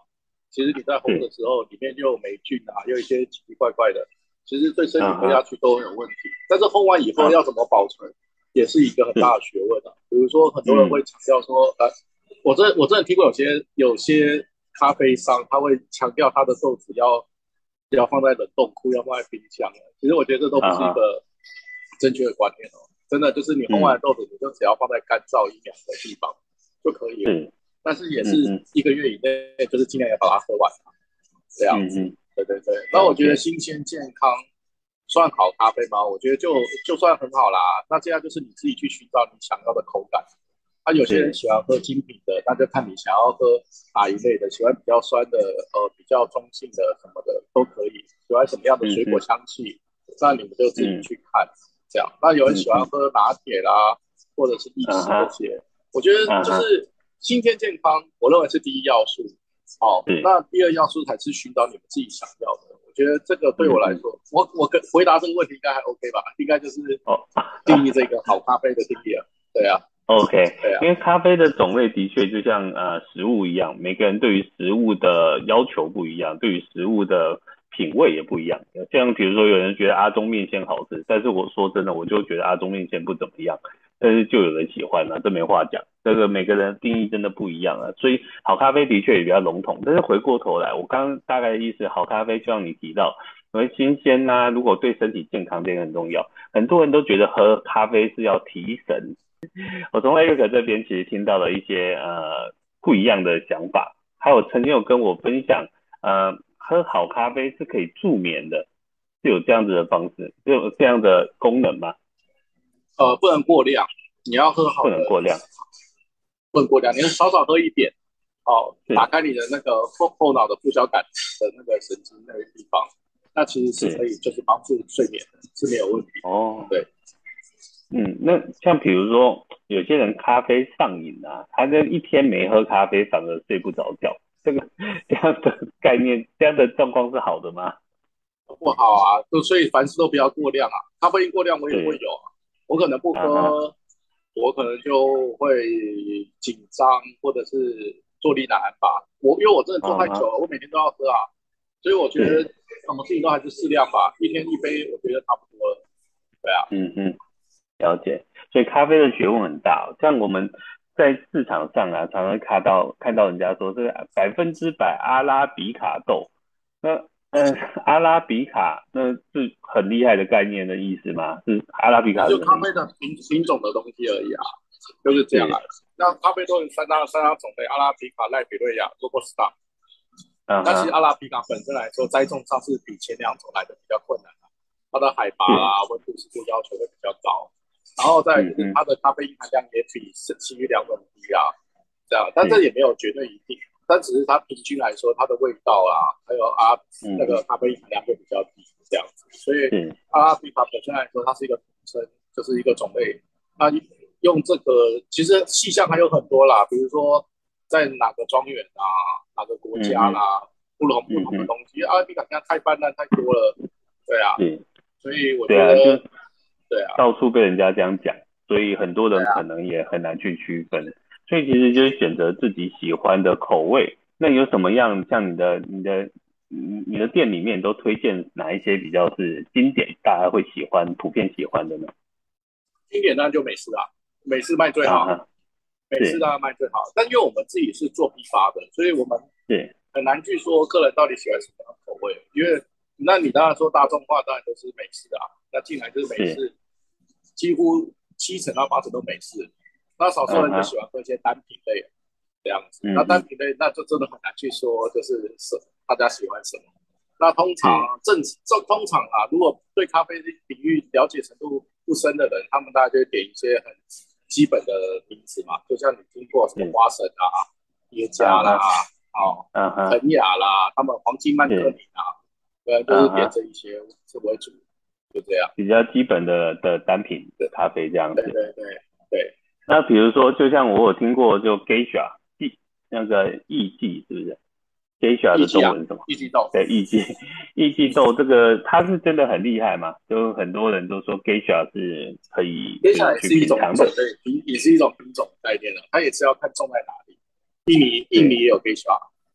其实你在烘的时候，里面又有霉菌啊，又有一些奇奇怪怪的，其实对身体喝下去都很有问题。但是烘完以后要怎么保存，也是一个很大的学问啊。比如说，很多人会强调说，我真的听过有些咖啡商他会强调他的豆子要放在冷冻库，要放在冰箱。其实我觉得这都不是一个正确的观念哦。真的就是你烘完的豆子，你就只要放在干燥阴凉的地方就可以了。但是也是1个月以内，就是尽量要把它喝完，这样子。对对对。那我觉得新鲜健康算好咖啡吗？我觉得就算很好啦。那这样就是你自己去寻找你想要的口感。有些人喜欢喝精品的，那就看你想要喝哪一类的，喜欢比较酸的，比较中性的什么的都可以。喜欢什么样的水果香气，那你们就自己去看。这样，那有人喜欢喝拿铁啦，或者是意式这些，我觉得就是新鲜健康，我认为是第一要素。那第二要素才是寻找你们自己想要的。我觉得这个对我来说，我回答这个问题应该还 OK 吧？应该就是定义这个好咖啡的定义了。对啊。 OK， 因为咖啡的种类的确就像食物一样，每个人对于食物的要求不一样，对于食物的品味也不一样。像比如说有人觉得阿中面线好吃，但是我说真的，我就觉得阿中面线不怎么样，但是就有人喜欢了，这没话讲。这个每个人定义真的不一样啊，所以好咖啡的确也比较笼统。但是回过头来，我刚刚大概的意思，好咖啡就像你提到，因为新鲜啊，如果对身体健康这个很重要，很多人都觉得喝咖啡是要提神。我从 Eric 这边其实听到了一些不一样的想法，还有曾经有跟我分享，喝好咖啡是可以助眠的，是有这样子的方式，有这样的功能吗？ 不能过量，你要喝好的， 不能过量， 不能过量，你少少喝一点，打开你的那个后脑的副交感的那个神经那个地方，那其实是可以就是帮助睡眠的，是没有问题。对。 那像比如说有些人咖啡上瘾啊，他这一天没喝咖啡反而睡不着觉，这样的概念，这样的状况是好的吗？ 不好啊，所以凡事都不要过量啊。咖啡因过量我也会有啊，我可能不喝，我可能就会紧张或者是坐立难安吧。因为我真的做太久了，我每天都要喝啊，所以我觉得什么事情都还是适量吧，一天一杯我觉得差不多了。对啊。 了解，所以咖啡的学问很大，像我们在市场上啊，常常看到人家说这个100%阿拉比卡豆，那阿拉比卡那是很厉害的概念的意思吗？是阿拉比卡就咖啡的品种的东西而已啊，就是这样啊。那咖啡豆有三大种类，阿拉比卡、赖比瑞亚、罗布斯塔。那其实阿拉比卡本身来说，栽种上是比前2种来的比较困难，它的海拔啊、温度湿度要求会比较高。然后再就是它的咖啡因含量也比其余2种低啊，这样，但这也没有绝对一定，但只是它平均来说，它的味道啊，还有那个咖啡因含量会比较低，这样子。所以阿拉比卡本身来说，它是一个统称，就是一个种类。那用这个其实细项还有很多啦，比如说在哪个庄园啊，哪个国家啦，不同的东西。阿拉比卡现在太泛滥太多了，对啊，所以我觉得。对啊， 到处被人家这样讲，所以很多人可能也很难去区分。所以其实就是选择自己喜欢的口味。那有什么样像你的店里面都推荐哪一些比较是经典，大家会喜欢、普遍喜欢的呢？ 经典当然就美式啊，美式卖最好，美式当然卖最好。但因为我们自己是做批发的，所以我们很难去说客人到底喜欢什么样的口味。因为那你当然说大众化，当然都是美式啊。那进来就是美式，几乎70%到80%都美式。那少数人就喜欢喝一些单品类这样子。那单品类那就真的很难去说，就是大家喜欢什么。那通常啊，如果对咖啡领域了解程度不深的人，他们大概就会点一些很基本的名字嘛，就像你听过什么花神啊、耶加啦、肯雅啦，他们黄金曼克宁啊，对，就是点这一些为主，就这样。 比较基本的单品的咖啡这样子。 对。 那比如说，就像我有听过，就 Geisha 那个艺妓是不是？Geisha 的中文是什么？ 艺妓豆。 对，艺妓豆这个它是真的很厉害嘛？就很多人都说 Geisha 是可以 ，Geisha 也是一种对，也是一种品种概念了。它也是要看种在哪里。印尼也有 Geisha，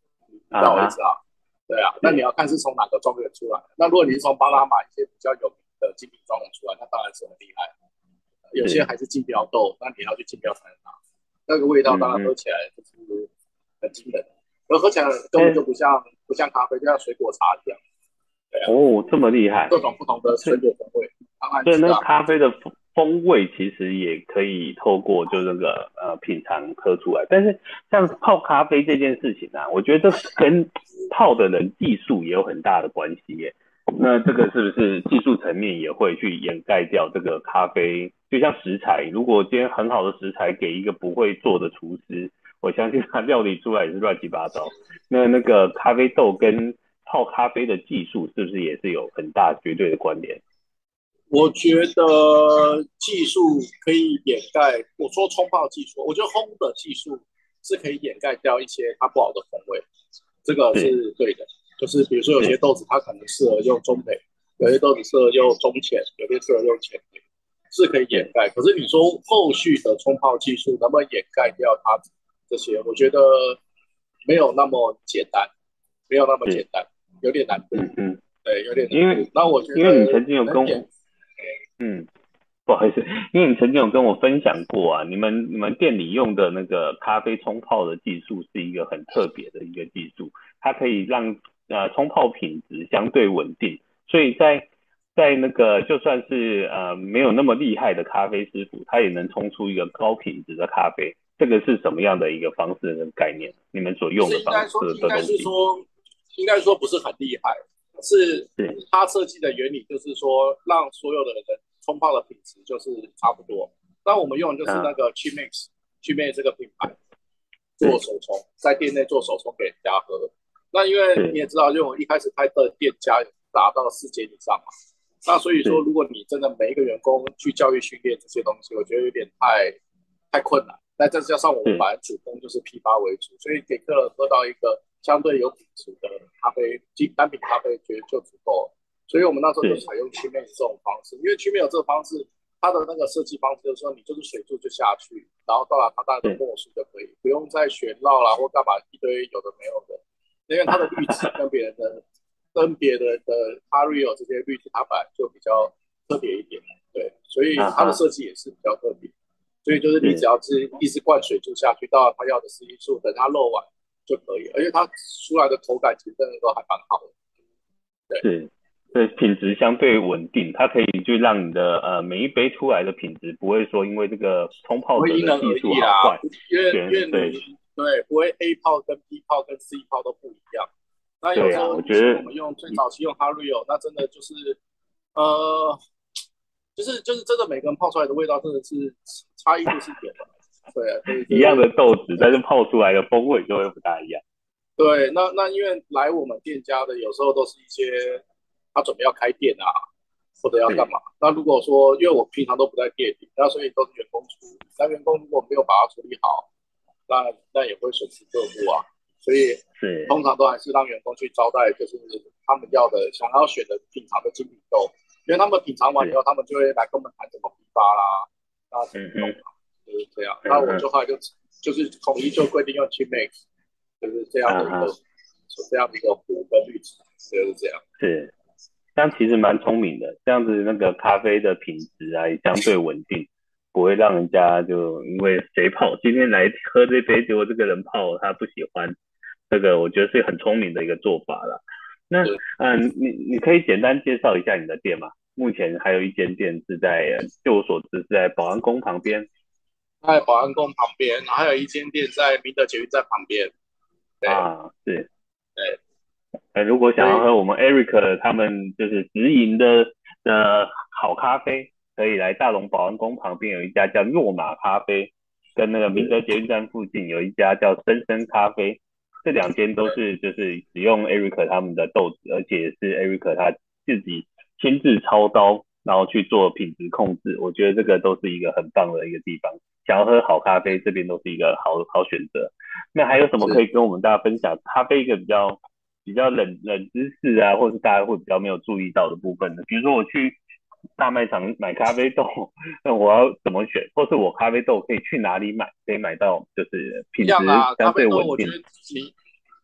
你知道我意啊哈， 思啊？对啊，那你要看是从哪个庄园出来的。那如果你是从巴拿马一些比较有名的精品庄园出来，那当然是很厉害。有些是， 还是竞标豆，那你要去竞标才能拿。那个味道当然喝嗯嗯， 起来就是很惊人，而喝起来根本就哎， 不像咖啡，就像水果茶一样。对啊， 哦，这么厉害， 各种不同的水果风味，当然所以那个是啊。 咖啡的风味其实也可以透过就那个品尝喝出来，但是像泡咖啡这件事情啊，我觉得这跟泡的人技术也有很大的关系耶。那这个是不是技术层面也会去掩盖掉这个咖啡？就像食材，如果今天很好的食材给一个不会做的厨师，我相信他料理出来也是乱七八糟。那个咖啡豆跟泡咖啡的技术是不是也是有很大绝对的关联？ 我觉得技术可以掩盖，我说冲泡技术，我觉得烘的技术是可以掩盖掉一些它不好的风味，这个是是对的。就是比如说有些是豆子它可能适合用中培，有些豆子适合用中浅，有些适合用浅焙，是可以掩是， 盖。可是你说后续的冲泡技术能不能掩盖掉它这些？我觉得没有那么简单，没有那么简是， 单，有点难度。 嗯嗯， 对，有点难度。 因为那我觉因为你曾得经有跟我， 能掩嗯，不好意思，因为你曾经有跟我分享过啊，你们店里用的那个咖啡冲泡的技术是一个很特别的一个技术，它可以让冲泡品质相对稳定，所以在那个就算是没有那么厉害的咖啡师傅，他也能冲出一个高品质的咖啡。这个是什么样的一个方式跟概念？你们所用的就是应该说， 这应该个东西是说，应该说不是很厉害，是是它设计的原理就是说，让所有的人冲泡的品质就是差不多。那我们用的就是那啊， 个 Chimix 这个品牌做是手冲，在店内做手冲给人家喝。那因为你是也知道，因为我一开始开的店家达到4间以上嘛，那所以说， 是如果你真的每一个员工去教育训练这些东西，我觉得有点太困难。那再加上我们是本来主攻就是批发为主，所以给客人喝到一个相对有品质的咖啡，单品咖啡，觉得就足够了。所以我们那时候就是采用曲面这种方式，因为曲面有这个方式，它的那个设计方式就是说，你就是水柱就下去，然后到了它大概的是墨数就可以，不用再旋绕啦或干嘛一堆有的没有的，因为它的滤纸跟别人的 Ario 这些滤纸，它本来就比较特别一点，对，所以它的啊哈设计也是比较特别。所以就是你只是要是一直灌水柱下去，到它要的实际数，等它漏完就可以，而且它出来的口感其实真的都还蛮好的。对， 是，对，品质相对稳定，它可以就让你的每一杯出来的品质不会说因为这个冲泡者不会因人的技术而异啦， 好坏， 因为对你对不会 A 泡跟 B 泡跟 C 泡都不一样。那有对啊， 时候我觉得以前我们最早期用 Hario，那真的就是呃，就是真的每个人泡出来的味道真的是差异度是有的。对啊， 一样的豆子，但是泡出来的风味就会不大一样。 对，那因为来我们店家的有时候都是一些他准备要开店啊，或者要干是嘛。那如果说因为我平常都不在店里，那所以都是员工处理。那员工如果没有把它处理好，那也会损失客户啊。所以是通常都还是让员工去招待，就是他们要的、想要选的品尝的精品豆，因为他们品尝完以是， 后，他们就会来跟我们谈怎么批发啦，那怎么弄啊， 嗯嗯就是这样。那我嗯嗯后来就是统一就规定用 Team Mix，就是这样的一个啊哈壶跟滤纸，就是这样。 是，这样其实蛮聪明的，这样子那个咖啡的品质啊也相对稳定，不会让人家就因为谁泡今天来喝这杯，结果这个人泡他不喜欢，这个我觉得是很聪明的一个做法了。那你可以简单介绍一下你的店吗？目前还有一间店是在，就我所知是在保安宫旁边在保安宫旁边，还有一间店在明德捷运站旁边。对啊，是。 对， 如果想所以要喝我们 Eric 他们就是直营的好咖啡，可以来大龙保安宫旁边有一家叫诺玛咖啡，跟那个明德捷运站附近有一家叫深深咖啡，这两间都是就是使用 Eric 他们的豆子，而且是 Eric 他自己亲自操刀，然后去做品质控制，我觉得这个都是一个很棒的一个地方。想要喝好咖啡，这边都是一个好选择。那还有什么可是以跟我们大家分享？咖啡一个比较冷知识啊，或是大家会比较没有注意到的部分呢？比如说我去大卖场买咖啡豆，那我要怎么选？或是我咖啡豆可以去哪里买，可以买到就是品质一样啦。咖相啡豆， 对稳定？ 我觉得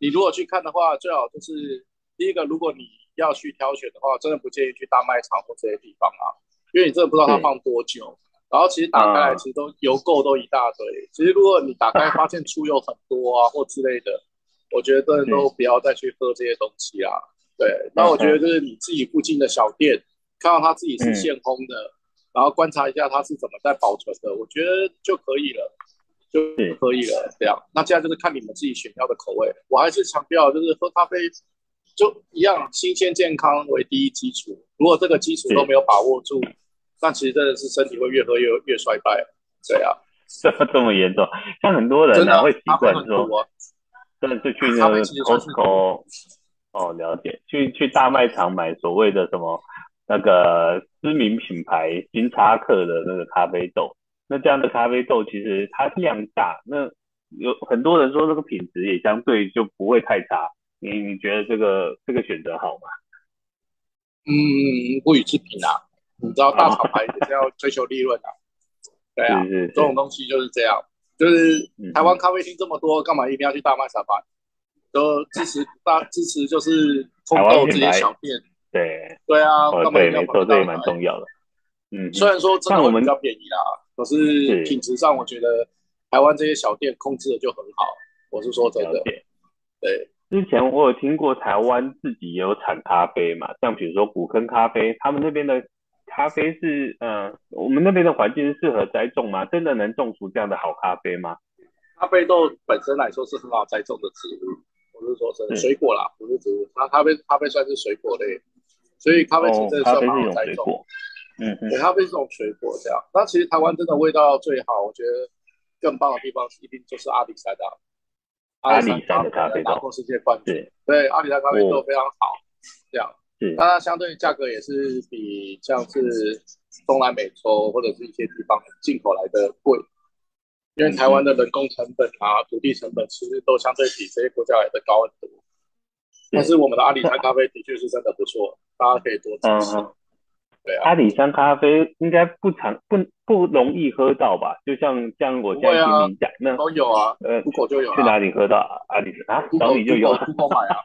你如果去看的话，最好就是第一个，如果你要去挑选的话，真的不建议去大卖场或这些地方啊，因为你真的不知道它放多久。然后其实打开来，其实都油垢都一大堆。其实如果你打开发现出油很多啊或之类的，我觉得真的都不要再去喝这些东西啦。对，那我觉得就是你自己附近的小店，看到它自己是现烘的，然后观察一下它是怎么在保存的，我觉得就可以了。就可以了，这样。那现在就是看你们自己选要的口味。我还是强调，就是喝咖啡就一样，新鲜健康为第一基础。如果这个基础都没有把握住，那其实真的是身体会越喝越衰败。对啊， 这么严重？像很多人会习惯说，真的是去那个 Costco 了解，去大卖场买所谓的什么那个知名品牌星巴克的那个咖啡豆。那这样的咖啡豆其实它量大，那有很多人说这个品质也相对就不会太差。你觉得这个选择好吗？ 不予置评啊。你知道大厂牌也是要追求利润啊。对啊，这种东西就是这样。就是台湾咖啡厅这么多，干嘛一定要去大卖场买？都支持就是烘豆这些小店。对啊，干嘛一定要买？ 没错，这也蛮重要的。 虽然说真的会比较便宜啦，可是品质上我觉得台湾这些小店控制的就很好。我是说真的。对， 之前我有听过台湾自己也有产咖啡嘛，像比如说古坑咖啡，他们那边的咖啡是我们那边的环境是适合栽种吗？真的能种出这样的好咖啡吗？ 咖啡豆本身来说是很好栽种的植物，我是说真的，水果啦，不是植物。它咖啡算是水果类，所以咖啡其实真的算蛮好栽种。对，咖啡是种水果这样。那其实台湾真的味道最好，我觉得更棒的地方一定就是阿里山的。 阿里山的咖啡豆拿过世界冠军。对，阿里山咖啡豆非常好，这样。那它相对价格也是比像是中南美洲或者是一些地方进口来的贵，因为台湾的人工成本啊、土地成本其实都相对比这些国家来的高很多。但是我们的阿里山咖啡的确是真的不错，大家可以多支持。对啊， 阿里山咖啡应该不容易喝到吧？就像我现在听你讲，那都有啊，Google 就有。 去哪里喝到阿里山啊？找你就有 ，Google 买啊。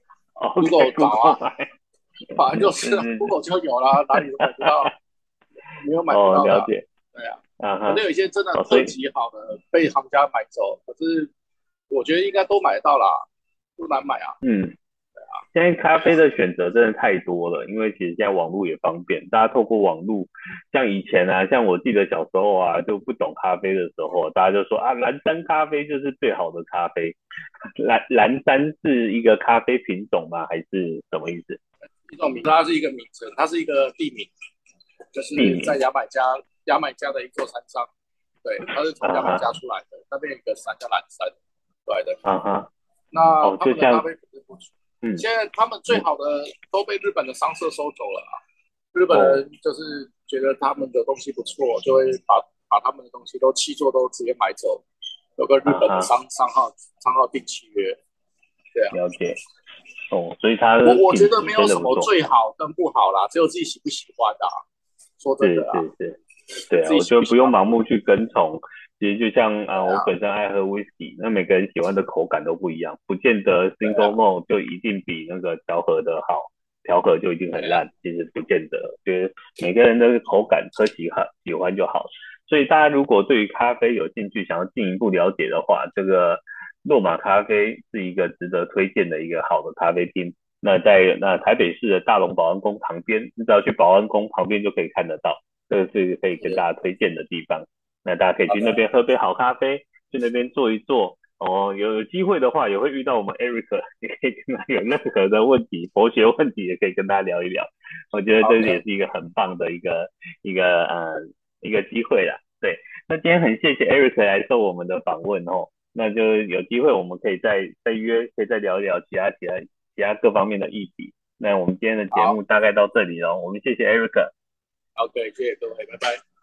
Google 找啊，反正就是 Google 就有啦，哪里都买不到，没有买不到的。 了解。 对啊，可能有一些真的特级好的被行家买走，可是我觉得应该都买得到啦，不难买啊。 现在咖啡的选择真的太多了，因为其实现在网络也方便，大家透过网络，像以前啊，像我记得小时候啊，就不懂咖啡的时候，大家就说啊，蓝山咖啡就是最好的咖啡。蓝山是一个咖啡品种吗？还是什么意思？ 一种名，它是一个名称，它是一个地名，就是在牙买加的一座山上。对，它是从牙买加出来的，那边有一个山叫蓝山出来的。那他们的咖啡品质不错。现在他们最好的都被日本的商社收走了啊。日本人就是觉得他们的东西不错，就会把他们的东西都契作都直接买走，有个日本的商号订契约。对啊， 了解。所以我觉得没有什么最好跟不好啦，只有自己喜不喜欢的。说真的啦， 对啊，我觉得不用盲目去跟从。其实就像我本身爱喝 whisky， 那每个人喜欢的口感都不一样，不见得 single malt 就一定比那个调和的好，调和就一定很烂，其实不见得。觉得每个人的口感和喜欢就好。所以大家如果对于咖啡有兴趣，想要进一步了解的话，这个洛玛咖啡是一个值得推荐的一个好的咖啡厅。那在台北市的大龙保安宫旁边，你只要去保安宫旁边就可以看得到，这个是可以跟大家推荐的地方。那大家可以去那边喝杯好咖啡，去那边坐一坐。有机会的话也会遇到我们 Eric， 也可以跟他有任何的问题，佛学问题也可以跟他聊一聊。我觉得这也是一个很棒的一个机会啦。对，那今天很谢谢 Eric 来受我们的访问哦。那就有机会我们可以再约，可以再聊一聊其他各方面的议题。那我们今天的节目大概到这里了，我们谢谢 Eric。 OK， 谢谢各位，拜拜。